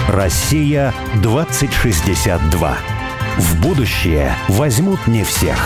Россия 2062. В будущее возьмут не всех.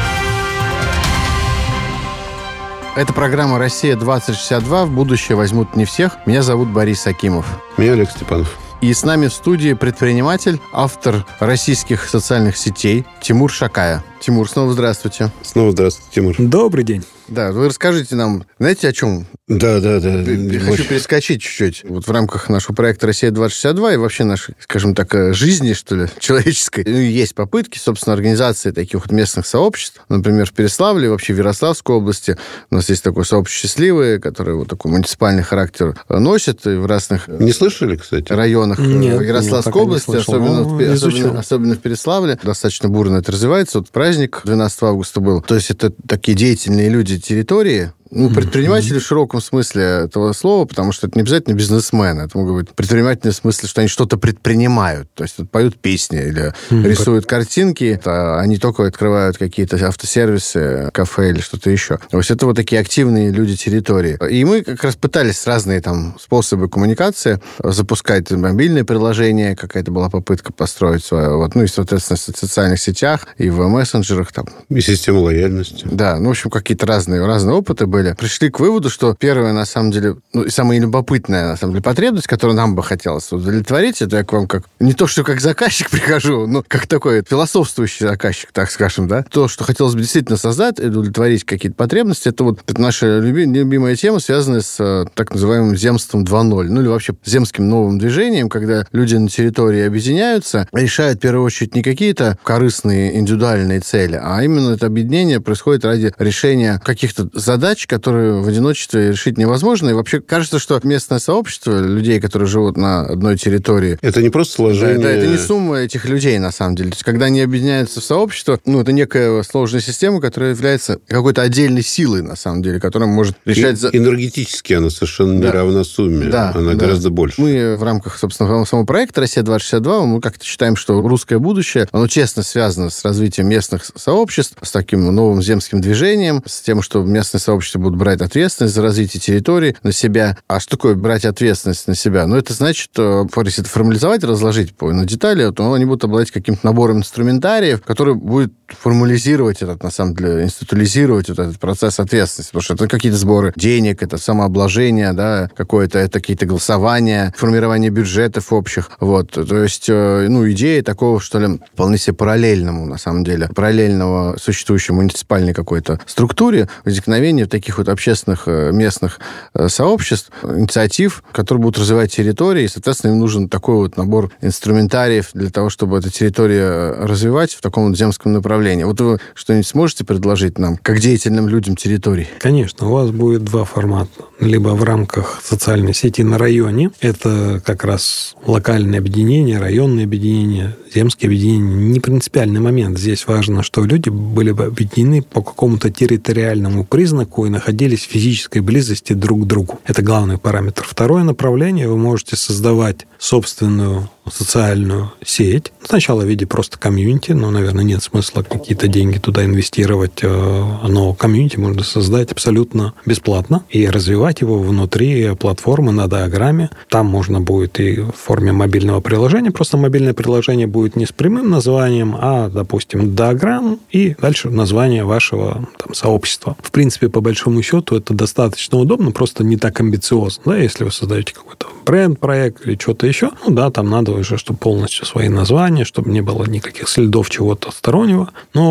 Это программа «Россия-2062». В будущее возьмут не всех. Меня зовут Борис Акимов. Меня Олег Степанов. И с нами в студии предприниматель, автор российских социальных сетей Тимур Шакая. Тимур, снова здравствуйте. Снова здравствуйте, Тимур. Добрый день. Да, вы расскажите нам, знаете, о чем? Да. Хочу перескочить чуть-чуть. Вот в рамках нашего проекта «Россия-2062» и вообще нашей, скажем так, жизни, что ли, человеческой, есть попытки, собственно, организации таких вот местных сообществ. Например, в Переславле, вообще в Ярославской области у нас есть такое сообщество «Счастливые», которое вот такой муниципальный характер носит и в разных не слышали, кстати? районах Ярославской области, особенно в Переславле. Достаточно бурно это развивается. Вот праздник 12 августа был. То есть это такие деятельные люди территории, предприниматели в широком смысле этого слова, потому что это не обязательно бизнесмены. Это могут быть предприниматели в смысле, что они что-то предпринимают. То есть вот поют песни или рисуют картинки. Они только открывают какие-то автосервисы, кафе или что-то еще. То есть это вот такие активные люди территории. И мы как раз пытались разные там способы коммуникации запускать. Мобильные приложения, какая-то была попытка построить свое. Вот, и, соответственно, в социальных сетях и в мессенджерах. Там. И систему лояльности. Да, в общем, какие-то разные опыты были. Пришли к выводу, что первая, на самом деле, и самая любопытная, на самом деле, потребность, которую нам бы хотелось удовлетворить, это я к вам как... Не то, что как заказчик прихожу, но как такой философствующий заказчик, так скажем, да. То, что хотелось бы действительно создать и удовлетворить какие-то потребности, это наша любимая тема, связанная с так называемым земством 2.0. Или вообще земским новым движением, когда люди на территории объединяются, решают, в первую очередь, не какие-то корыстные индивидуальные цели, а именно это объединение происходит ради решения каких-то задач, которые в одиночестве решить невозможно. И вообще кажется, что местное сообщество людей, которые живут на одной территории... Это не просто сложение... Да, это не сумма этих людей, на самом деле. То есть, когда они объединяются в сообщество, это некая сложная система, которая является какой-то отдельной силой, на самом деле, которая может решать... Энергетически она совершенно не равна сумме. Она гораздо больше. Мы в рамках, собственно, самого проекта «Россия-2062» мы как-то считаем, что русское будущее, оно честно связано с развитием местных сообществ, с таким новым земским движением, с тем, что местные сообщества будут брать ответственность за развитие территории на себя. А что такое брать ответственность на себя? Это значит, если это формализовать, разложить на детали, то они будут обладать каким-то набором инструментариев, который будет формализировать этот, на самом деле, институализировать этот процесс ответственности. Потому что это какие-то сборы денег, это самообложение, да, какое-то, это какие-то голосования, формирование бюджетов общих. То есть, идея такого, что ли, вполне себе параллельному, на самом деле, параллельного существующей муниципальной какой-то структуре возникновения таких общественных местных сообществ, инициатив, которые будут развивать территории, и, соответственно, им нужен такой набор инструментариев для того, чтобы эту территорию развивать в таком земском направлении. Вы что-нибудь сможете предложить нам, как деятельным людям территорий? Конечно, у вас будет два формата. Либо в рамках социальной сети на районе, это как раз локальное объединение, районное объединение, земские объединения. Не принципиальный момент. Здесь важно, что люди были бы объединены по какому-то территориальному признаку и находились в физической близости друг к другу. Это главный параметр. Второе направление. Вы можете создавать собственную социальную сеть. Сначала в виде просто комьюнити, но, наверное, нет смысла какие-то деньги туда инвестировать. Но комьюнити можно создать абсолютно бесплатно и развивать его внутри платформы на диаграмме. Там можно будет и в форме мобильного приложения. Просто мобильное приложение будет не с прямым названием, а, допустим, диаграмм и дальше название вашего сообщества. В принципе, по большому счету, это достаточно удобно, просто не так амбициозно. Да, если вы создаете какой-то бренд-проект или что-то еще, там надо уже, чтобы полностью свои названия, чтобы не было никаких следов чего-то стороннего.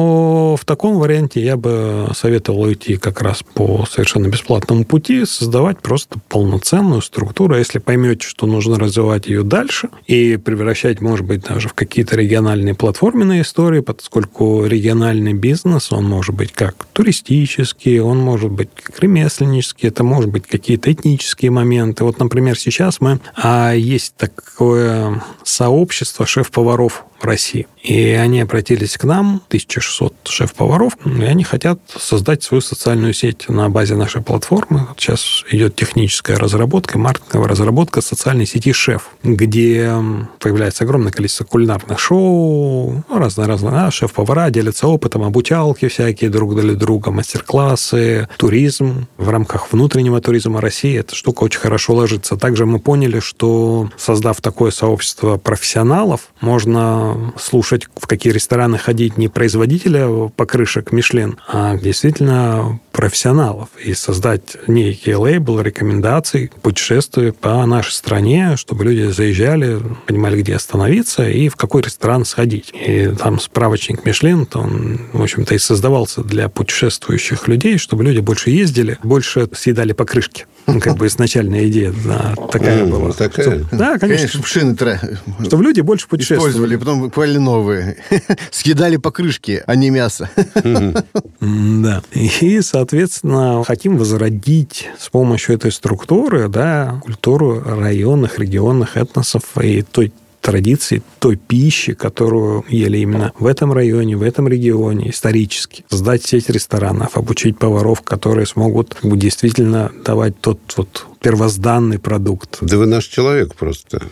Но в таком варианте я бы советовал идти как раз по совершенно бесплатному пути, создавать просто полноценную структуру. Если поймете, что нужно развивать ее дальше и превращать, может быть, даже в какие-то региональные платформенные истории, поскольку региональный бизнес, он может быть как туристический, он может быть как ремесленнический, это может быть какие-то этнические моменты. Например, сейчас есть такое сообщество шеф-поваров в России. И они обратились к нам, 1600 шеф-поваров, и они хотят создать свою социальную сеть на базе нашей платформы. Сейчас идет техническая разработка, маркетинговая разработка социальной сети «Шеф», где появляется огромное количество кулинарных шоу, разные шеф-повара делятся опытом, обучалки всякие друг для друга, мастер-классы, туризм. В рамках внутреннего туризма России эта штука очень хорошо ложится. Также мы поняли, что, создав такое сообщество профессионалов, можно слушать, в какие рестораны ходить не производителя покрышек Мишлен, а действительно профессионалов, и создать некий лейбл рекомендаций, путешествий по нашей стране, чтобы люди заезжали, понимали, где остановиться и в какой ресторан сходить. И там справочник Мишлен, он, в общем-то, и создавался для путешествующих людей, чтобы люди больше ездили, больше съедали покрышки. Как бы изначальная идея такая была. Такая? Да, конечно. Шины чтобы люди больше путешествовали. Использовали, потом буквально новые. Съедали покрышки, а не мясо. Да. И, соответственно, хотим возродить с помощью этой структуры, да, культуру районных, регионных этносов и той традиции, той пищи, которую ели именно в этом районе, в этом регионе исторически. Создать сеть ресторанов, обучить поваров, которые смогут действительно давать тот первозданный продукт. Да вы наш человек просто.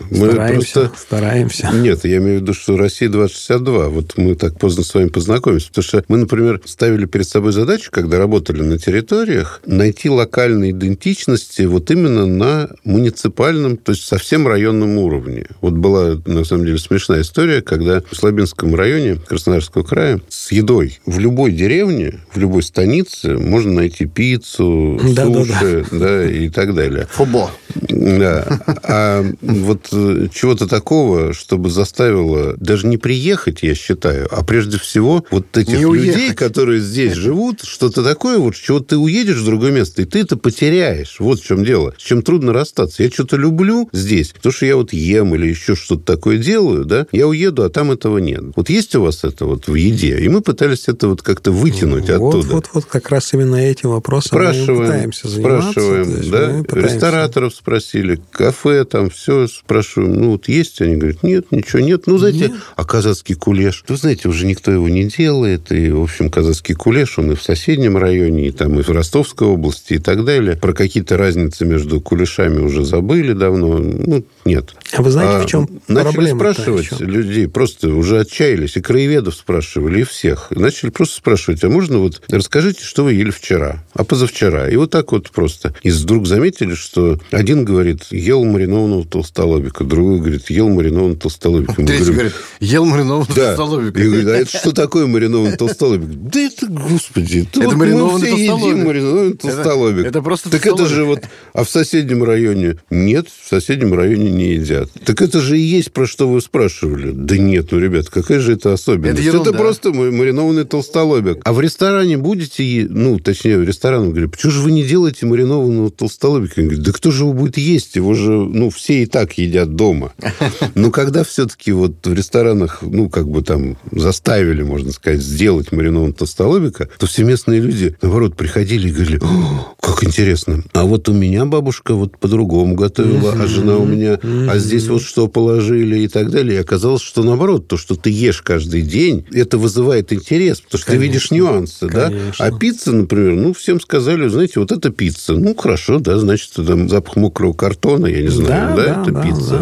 Стараемся. Нет, я имею в виду, что Россия 2062. Вот мы так поздно с вами познакомились. Потому что мы, например, ставили перед собой задачу, когда работали на территориях, найти локальные идентичности вот именно на муниципальном, то есть совсем районном уровне. Вот была, на самом деле, смешная история, когда в Слабинском районе Краснодарского края с едой в любой деревне, в любой станице можно найти пиццу, суши, и так далее. Фобо. Да. А вот чего-то такого, чтобы заставило даже не приехать, я считаю, а прежде всего вот этих людей, которые здесь живут, что-то такое, вот чего ты уедешь в другое место, и ты это потеряешь. Вот в чем дело. С чем трудно расстаться. Я что-то люблю здесь, потому что я вот ем или еще что-то такое делаю, да, я уеду, а там этого нет. Вот есть у вас это вот в еде? И мы пытались это вот как-то вытянуть оттуда. Вот как раз именно этим вопросом мы пытаемся заниматься. Спрашиваем, да? Рестораторов спросили, кафе там, все спрашиваем. Вот есть? Они говорят, нет, ничего нет. Знаете, а казацкий кулеш? Вы знаете, уже никто его не делает. И, в общем, казацкий кулеш, он и в соседнем районе, и там, и в Ростовской области, и так далее. Про какие-то разницы между кулешами уже забыли давно. Нет. А вы знаете, в чем проблема? Начали спрашивать людей, просто уже отчаялись. И краеведов спрашивали, и всех. Начали просто спрашивать, а можно вот расскажите, что вы ели вчера, а позавчера? И вот так вот просто. И вдруг заметили, что один говорит, ел маринованного толстолобика, другой говорит, ел маринованного толстолобика. Третий говорит, ел маринованного толстолобика. И говорит, а это что такое маринованный толстолобик? Да это, господи, это маринованный мы все едим маринованный толстолобик. Это просто так это же вот... А в соседнем районе? Нет, в соседнем районе не едят. Так это же и есть, про что вы спрашивали. Да нет, ребят, какая же это особенность? Это просто маринованный толстолобик. А в ресторане будете... точнее, в ресторане говорят, почему же вы не делаете маринованного толстолобика? Говорит, да кто же его будет есть? Его же, все и так едят дома. Но когда все-таки вот в ресторанах, там заставили, можно сказать, сделать маринованного толстолобика, то все местные люди, наоборот, приходили и говорили, как интересно. А вот у меня бабушка вот по-другому готовила, а жена у меня, а здесь вот что положили и так далее. И оказалось, что наоборот, то, что ты ешь каждый день, это вызывает интерес, потому что ты видишь нюансы, да? А пицца, например, всем сказали, знаете, вот это пицца. Хорошо, да, значит, там запах мокрого картона, я не знаю, это пицца.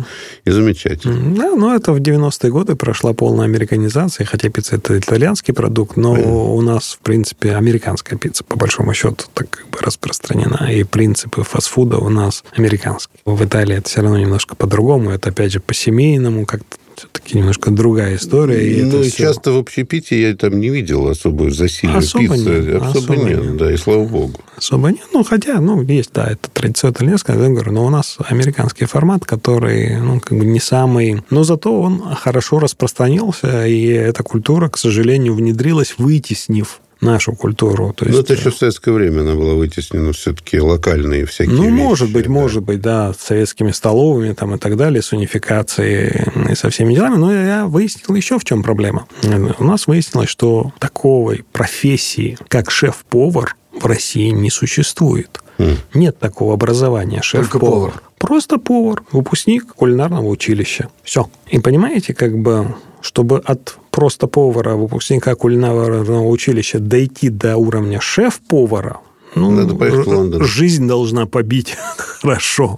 И замечательно. Да, это в 90-е годы прошла полная американизация, хотя пицца – это итальянский продукт, но у нас, в принципе, американская пицца, по большому счету, так как бы распространена, и принципы фастфуда у нас американские. В Италии это все равно немножко по-другому, это, опять же, по-семейному, как-то все-таки немножко другая история. И часто в общепите я там не видел особо засилия пиццы. Особо нет, да, и слава богу. Особо нет, хотя, есть, да, это традиционно итальянская, но у нас американский формат, который, не самый... Но зато он хорошо распространился, и эта культура, к сожалению, внедрилась, вытеснив нашу культуру. То есть... это еще в советское время она была вытеснена все-таки локальные всякие вещи. Может быть, да, с советскими столовыми там, и так далее, с унификацией и со всеми делами. Но я выяснил еще, в чем проблема. У нас выяснилось, что такой профессии, как шеф-повар, в России не существует. Нет такого образования шеф-повар. Просто повар, выпускник кулинарного училища. Все. И понимаете, чтобы от просто повара, выпускника кулинарного училища дойти до уровня шеф-повара, надо поехать в Лондон. Жизнь должна побить хорошо.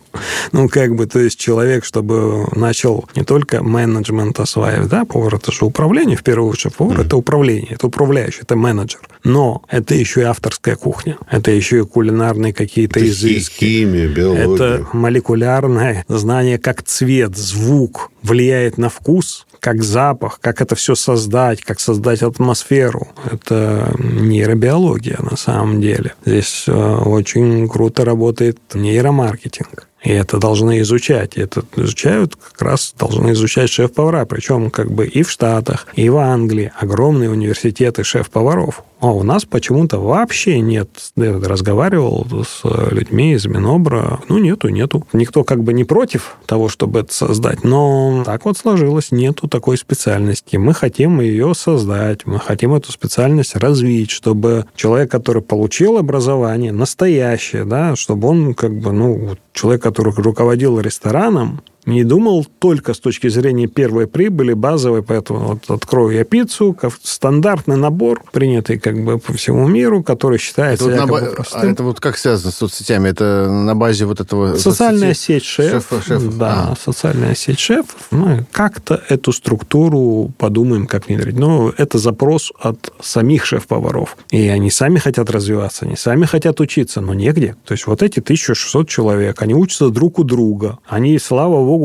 То есть человек, чтобы начал не только менеджмент осваивать, да, повар – это же управление, в первую очередь, повар – это управление, это управляющий, это менеджер. Но это еще и авторская кухня, это еще и кулинарные какие-то изыски. Химия, биология. Это молекулярное знание, как цвет, звук влияет на вкус, как запах, как это все создать, как создать атмосферу. Это нейробиология на самом деле. Здесь очень круто работает нейромаркетинг. И это должны изучать. И это изучают, как раз должны изучать шеф-повара. Причем и в Штатах, и в Англии огромные университеты шеф-поваров. А у нас почему-то вообще нет. Я разговаривал с людьми из Минобра. Нету. Никто не против того, чтобы это создать. Но так вот сложилось. Нету такой специальности. Мы хотим ее создать. Мы хотим эту специальность развить, чтобы человек, который получил образование настоящее, да, чтобы он человек, который руководил рестораном, не думал только с точки зрения первой прибыли, базовой, поэтому открою я пиццу, стандартный набор, принятый по всему миру, который считается простым. Это как связано с соцсетями? Это на базе этого... Социальная сеть шефов. Да, социальная сеть шефов. Мы как-то эту структуру подумаем, как внедрить. Но это запрос от самих шеф-поваров. И они сами хотят развиваться, они сами хотят учиться, но негде. То есть эти 1600 человек, они учатся друг у друга. Они, слава богу,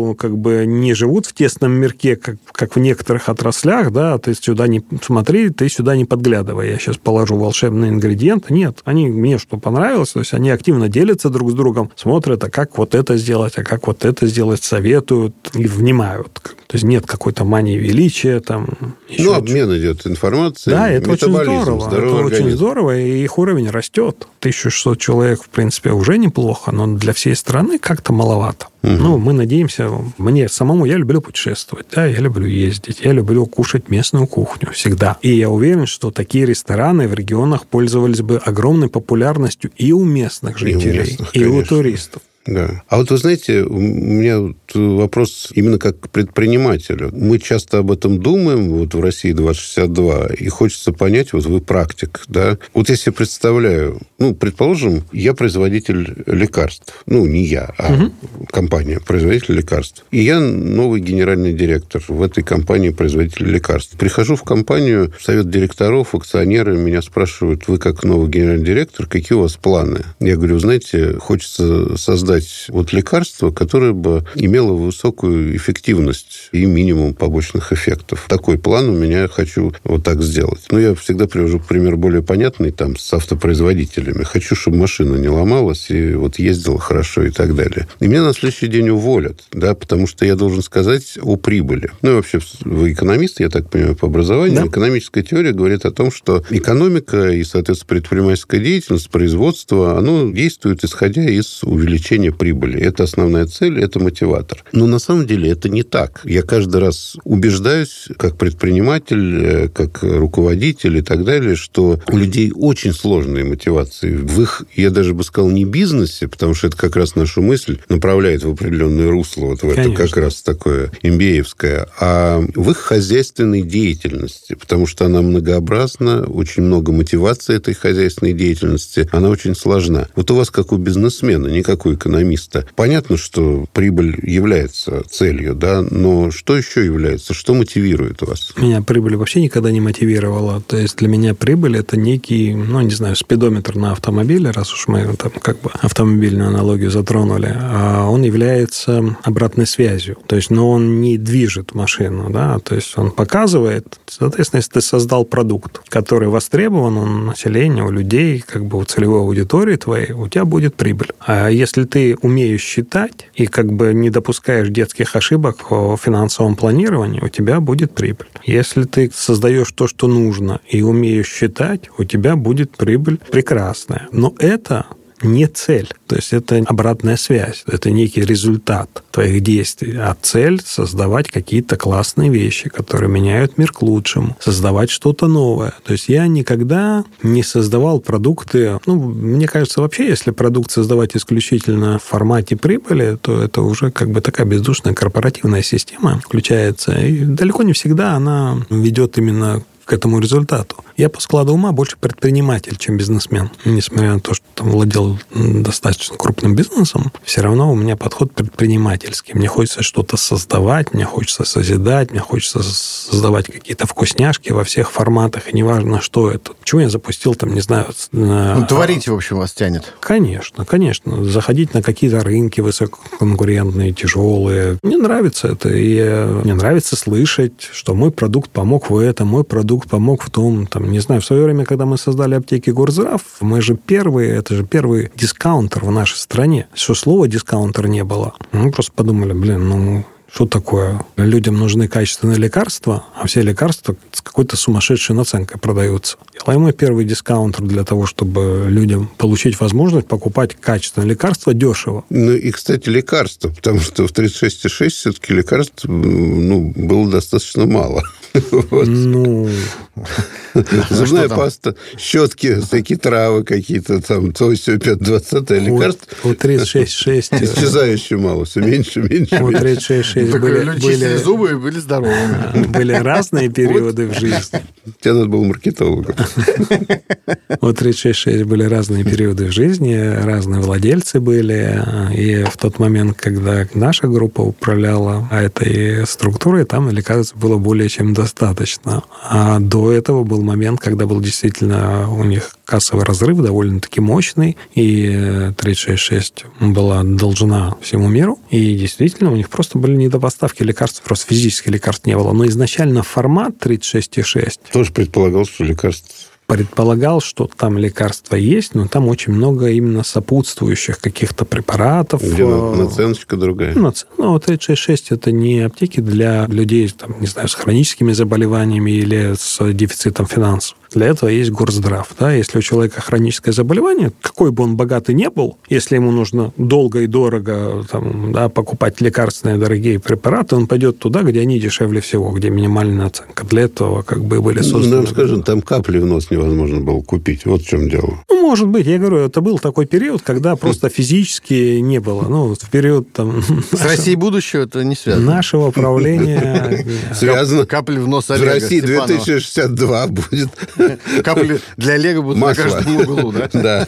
не живут в тесном мирке, как в некоторых отраслях, да, ты сюда не смотри, ты сюда не подглядывай, я сейчас положу волшебный ингредиент. Нет, мне что понравилось, то есть они активно делятся друг с другом, смотрят, а как это сделать, а как это сделать, советуют и внимают. То есть нет какой-то мании величия, обмен идет информацией. Да, это очень здорово. Это очень здорово, и их уровень растет. 1600 человек, в принципе, уже неплохо, но для всей страны как-то маловато. Мы надеемся, я люблю путешествовать, да, я люблю ездить, я люблю кушать местную кухню всегда. И я уверен, что такие рестораны в регионах пользовались бы огромной популярностью и у местных жителей, и у туристов. Да. А вы знаете, у меня вопрос именно как к предпринимателю. Мы часто об этом думаем, в России 2062, и хочется понять, вы практик, да? Я себе представляю, предположим, я производитель лекарств. Не я, а компания, производитель лекарств. И я новый генеральный директор в этой компании производитель лекарств. Прихожу в компанию, в совет директоров, акционеры меня спрашивают, вы как новый генеральный директор, какие у вас планы? Я говорю, знаете, хочется создать лекарство, которое бы имело высокую эффективность и минимум побочных эффектов. Такой план у меня, хочу так сделать. Я всегда привожу пример более понятный, с автопроизводителями. Хочу, чтобы машина не ломалась и ездила хорошо и так далее. И меня на следующий день уволят, да, потому что я должен сказать о прибыли. И вообще, вы экономист, я так понимаю, по образованию. Да. Экономическая теория говорит о том, что экономика и, соответственно, предпринимательская деятельность, производство, оно действует, исходя из увеличения прибыли. Это основная цель, это мотиватор. Но на самом деле это не так. Я каждый раз убеждаюсь, как предприниматель, как руководитель и так далее, что у людей очень сложные мотивации. В их, я даже бы сказал, не бизнесе, потому что это как раз нашу мысль направляет в определенное русло, в это как раз такое MBA-евское, а в их хозяйственной деятельности, потому что она многообразна, очень много мотиваций этой хозяйственной деятельности, она очень сложна. У вас, как у бизнесмена, не как у экономиста, понятно, что прибыль является целью, да, но что еще является? Что мотивирует вас? Меня прибыль вообще никогда не мотивировала. То есть для меня прибыль – это некий, спидометр на автомобиле, раз уж мы автомобильную аналогию затронули, а он является обратной связью. То есть, он не движет машину, да, то есть он показывает, соответственно, если ты создал продукт, который востребован у населения, у людей, у целевой аудитории твоей, у тебя будет прибыль. А если ты умеешь считать и не допускаешь детских ошибок в финансовом планировании, у тебя будет прибыль. Если ты создаешь то, что нужно, и умеешь считать, у тебя будет прибыль прекрасная. Но это не цель. То есть это обратная связь. Это некий результат твоих действий. А цель – создавать какие-то классные вещи, которые меняют мир к лучшему. Создавать что-то новое. То есть я никогда не создавал продукты... Мне кажется, вообще, если продукт создавать исключительно в формате прибыли, то это уже как бы такая бездушная корпоративная система включается. И далеко не всегда она ведет именно к этому результату. Я по складу ума больше предприниматель, чем бизнесмен. Несмотря на то, что там владел достаточно крупным бизнесом, все равно у меня подход предпринимательский. Мне хочется что-то создавать, мне хочется созидать, мне хочется создавать какие-то вкусняшки во всех форматах, и неважно, что это. Почему я запустил, там, не знаю... Творить, в общем, вас тянет. Конечно, конечно. Заходить на какие-то рынки высококонкурентные, тяжелые. Мне нравится это. И мне нравится слышать, что мой продукт помог в этом, мой продукт помог в том, не знаю, в свое время, когда мы создали аптеки Горздрав, мы же первые, это же первый дискаунтер в нашей стране. Что слова дискаунтер не было. Мы просто подумали, что такое? Людям нужны качественные лекарства, а все лекарства с какой-то сумасшедшей наценкой продаются. И мы первый дискаунтер для того, чтобы людям получить возможность покупать качественные лекарства дешево. И, кстати, лекарства, потому что в 36,6 все-таки лекарств было достаточно мало. Зубная паста, щетки, всякие травы какие-то, там, то, все, 5-20 лекарств. У 36,6... Исчезающе мало, все меньше. У 36,6 были зубы и были здоровыми. Были разные периоды в жизни. Тебе надо было маркетологом. У 36,6 были разные периоды в жизни, разные владельцы были. И в тот момент, когда наша группа управляла этой структурой, там лекарств было более чем достаточно. А до этого был момент, когда был действительно у них кассовый разрыв довольно-таки мощный, и 36,6 была должна всему миру, и действительно у них просто были недопоставки лекарств, просто физических лекарств не было. Но изначально формат 36,6... Тоже предполагал, что лекарств... Предполагал, что там лекарства есть, но там очень много именно сопутствующих каких-то препаратов. Где наценочка другая. 36,6 это не аптеки для людей, там, не знаю, с хроническими заболеваниями или с дефицитом финансов. Для этого есть Горздрав. Да? Если у человека хроническое заболевание, какой бы он богатый ни был, если ему нужно долго и дорого покупать лекарственные дорогие препараты, он пойдет туда, где они дешевле всего, где минимальная наценка. Для этого были созданы... Скажем, там капли в нос невозможно было купить. Вот в чем дело. Может быть. Я говорю, это был такой период, когда просто физически не было. В период... С Россией будущего это не связано. Нашего правления... Связано. Капли в нос Олега. В России 2062 будет... Капли для Олега будут на каждом углу, да? Да.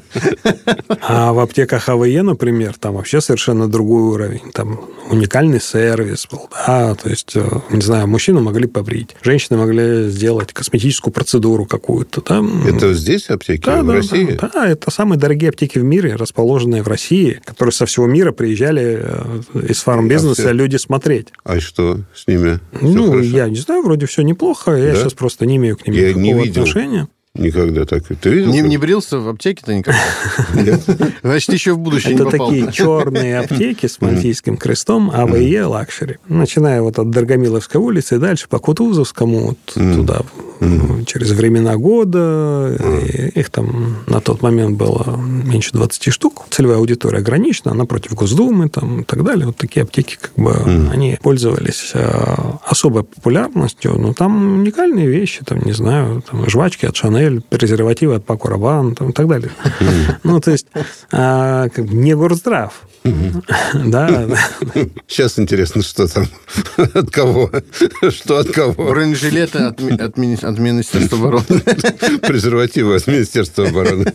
А в аптеках АВЕ, например, там вообще совершенно другой уровень. Там уникальный сервис был, да, то есть, не знаю, мужчины могли побрить, женщины могли сделать косметическую процедуру какую-то. Да? Это здесь аптеки в России? Да, это самые дорогие аптеки в мире, расположенные в России, которые со всего мира приезжали из фармбизнеса люди смотреть. А что с ними? Я не знаю, вроде все неплохо, я сейчас просто не имею к ним никакого отношения. Никогда так. Ты видел? Не брился в аптеке-то никогда? Значит, еще в будущее не попал. Это такие черные аптеки с мальтийским крестом, АВЕ лакшери. Начиная от Драгомиловской улицы и дальше по Кутузовскому, туда, через времена года. Их там на тот момент было меньше 20 штук. Целевая аудитория ограничена, напротив Госдумы там, и так далее. Вот такие аптеки, они пользовались особой популярностью. Но там уникальные вещи, там, не знаю, жвачки от Шанель, презервативы от Пако Рабан и так далее. То есть, не Горздрав. Да. Сейчас интересно, что там, от кого, что от кого. Бронежилеты от Министерства обороны. Презервативы от Министерства обороны.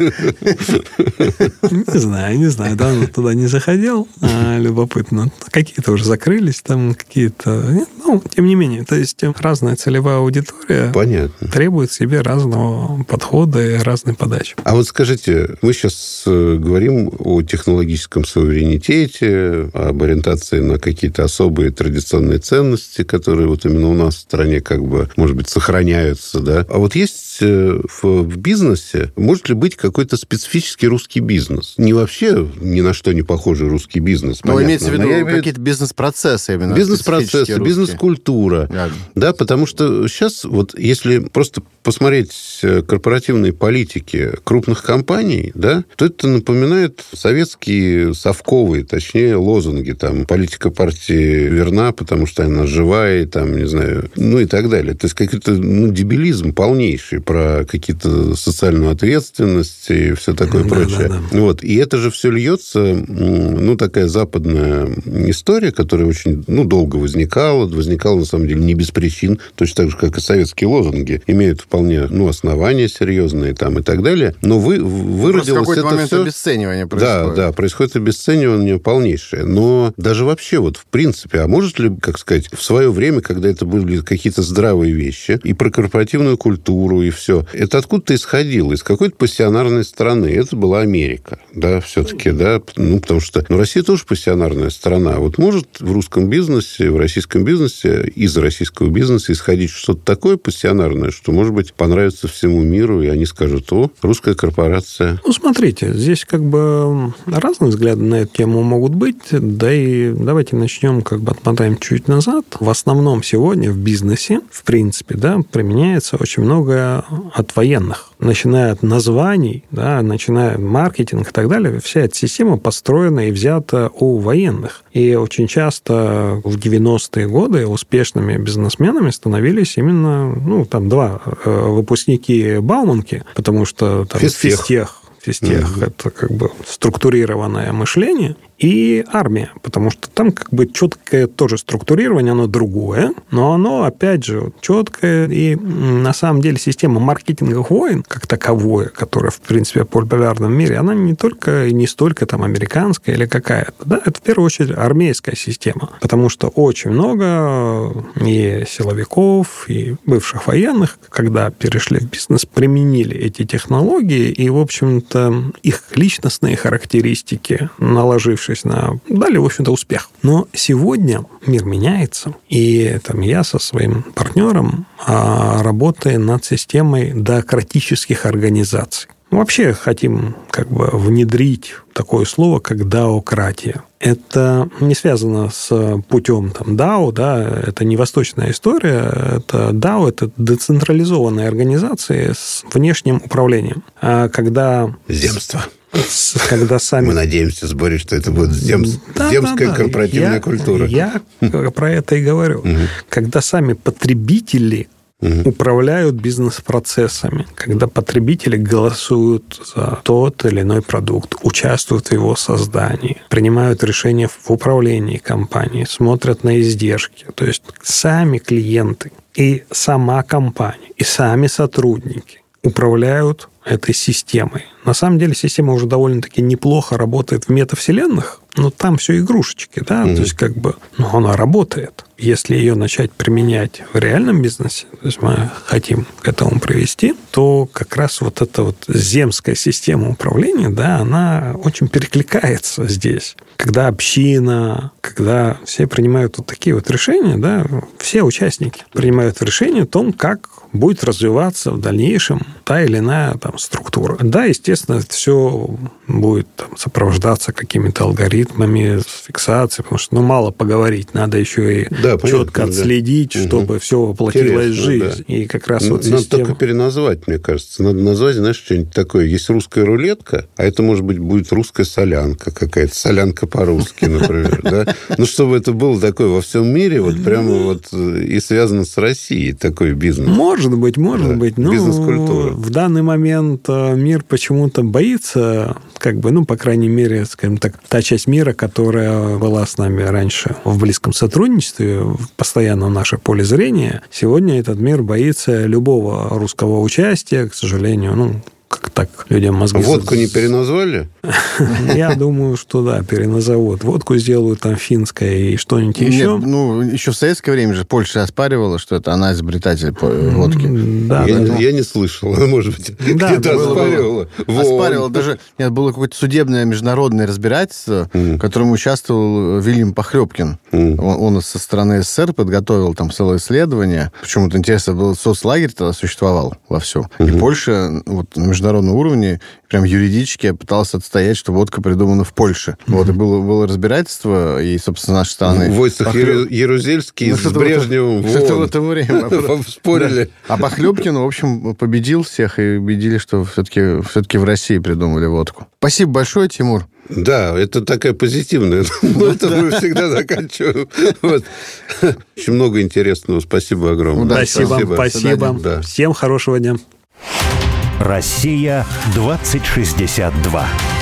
Не знаю, давно туда не заходил, любопытно. Какие-то уже закрылись, там какие-то... тем не менее, то есть разная целевая аудитория требует себе разного подхода и разной подачи. А вот скажите, мы сейчас говорим о технологическом суверенитете, об ориентации на какие-то особые традиционные ценности, которые вот именно у нас в стране может быть, сохраняются, да? А вот есть в бизнесе, может ли быть какой-то специфический русский бизнес? Не вообще ни на что не похожий русский бизнес, но имеется в виду какие-то бизнес-процессы именно. Бизнес-процессы, бизнес-культура. Да, потому что сейчас, вот если просто посмотреть корпоративные политики крупных компаний, да, то это напоминает советские совковые, точнее, лозунги. Там, политика партии верна, потому что она живая, там, не знаю, ну и так далее. То есть какой-то дебилизм полнейший про какие-то социальную ответственность и все такое прочее. Да. Вот. И это же все льется, такая западная история, которая очень, долго возникала, на самом деле, не без причин, точно так же, как и советские лозунги, имеют вполне, основания серьезные там и так далее. Но выродилось это какой-то момент все... обесценивания происходит. Да, происходит обесценивание полнейшее. Но даже вообще, в принципе, а может ли, как сказать, в свое время, когда это были какие-то здравые вещи, и про корпоративную культуру, и все, это откуда-то исходило, из какой-то пассионарной страны. Это была Америка, да, все-таки, да, потому что, Россия тоже пассионарная страна. Вот может в русском бизнесе, в российском бизнесе, из российского бизнеса исходить что-то такое пассионарное, что, может быть, понравится всему миру, и они скажут: о, русская корпорация. Смотрите, здесь разные взгляды на эту тему могут быть, да и давайте начнем, отмотаем чуть назад. В основном сегодня в бизнесе, в принципе, да, применяется очень много от военных. Начиная от названий, да, начиная маркетинг и так далее, вся эта система построена и взята у военных. И очень часто в 90-е годы успешными бизнесменами становились именно, два выпускники Бауманки, потому что там физтех это структурированное мышление, и армия, потому что там четкое тоже структурирование, оно другое, но оно, опять же, четкое. И на самом деле система маркетинговых войн, как таковое, которая, в принципе, популярна в мире, она не только и не столько американская или какая-то. Да? Это, в первую очередь, армейская система, потому что очень много и силовиков, и бывших военных, когда перешли в бизнес, применили эти технологии, и, в общем-то, их личностные характеристики, наложившись дали, в общем-то, успех. Но сегодня мир меняется, и я со своим партнером работаю над системой деократических организаций. Вообще хотим внедрить такое слово, как даократия. Это не связано с путем дао, да, это не восточная история. Это дао, это децентрализованные организации с внешним управлением. Когда... Земство. Когда сами... Мы надеемся, Борис, что это будет земская корпоративная культура. Я про это и говорю. Когда сами потребители управляют бизнес-процессами, когда потребители голосуют за тот или иной продукт, участвуют в его создании, принимают решения в управлении компанией, смотрят на издержки. То есть сами клиенты и сама компания, и сами сотрудники управляют этой системой. На самом деле система уже довольно-таки неплохо работает в метавселенных, но там все игрушечки, да, то есть она работает. Если ее начать применять в реальном бизнесе, то есть мы хотим к этому привести, то как раз эта земская система управления, да, она очень перекликается здесь. Когда община, когда все принимают такие решения, да, все участники принимают решение о том, как будет развиваться в дальнейшем та или иная структура. Да, естественно, это все будет сопровождаться какими-то алгоритмами, фиксацией, потому что мало поговорить, надо еще и четко отследить, чтобы все воплотилось в жизнь. Да. И как раз надо только переназвать, мне кажется. Надо назвать, что-нибудь такое. Есть русская рулетка, а это, может быть, будет русская солянка какая-то. Солянка по-русски, например. Да? Чтобы это было такое во всем мире, прямо и связано с Россией, такой бизнес. Может быть. Но бизнес-культура. В данный момент мир почему-то боится, по крайней мере, скажем так, та часть мира, которая была с нами раньше в близком сотрудничестве, постоянно в наше поле зрения, сегодня этот мир боится любого русского участия, к сожалению, как так людям мозги... Водку не переназвали? Я думаю, что да, переназовут. Водку сделают там финская и что-нибудь еще. Нет, еще в советское время же Польша оспаривала, что это она изобретатель водки. Да, я не слышал. Может быть, где-то оспаривала. Оспаривала. Даже было какое-то судебное международное разбирательство, в котором участвовал Вильям Похлебкин. Он со стороны СССР подготовил там целое исследование. Почему-то интересно было, соцлагерь тогда существовал вовсю. И Польша вот на международном уровне прям юридически пыталась отстоять, что водка придумана в Польше. Вот, и было разбирательство, и, собственно, с нашей стороны... Войцех Ярузельский с Брежневым что-то в это время спорили. А Похлебкин, в общем, победил всех, и убедили, что все-таки в России придумали водку. Спасибо большое, Тимур. Да, это такая позитивная. Это мы всегда заканчиваем. Очень много интересного. Спасибо огромное. Спасибо. Всем хорошего дня. Россия 2062.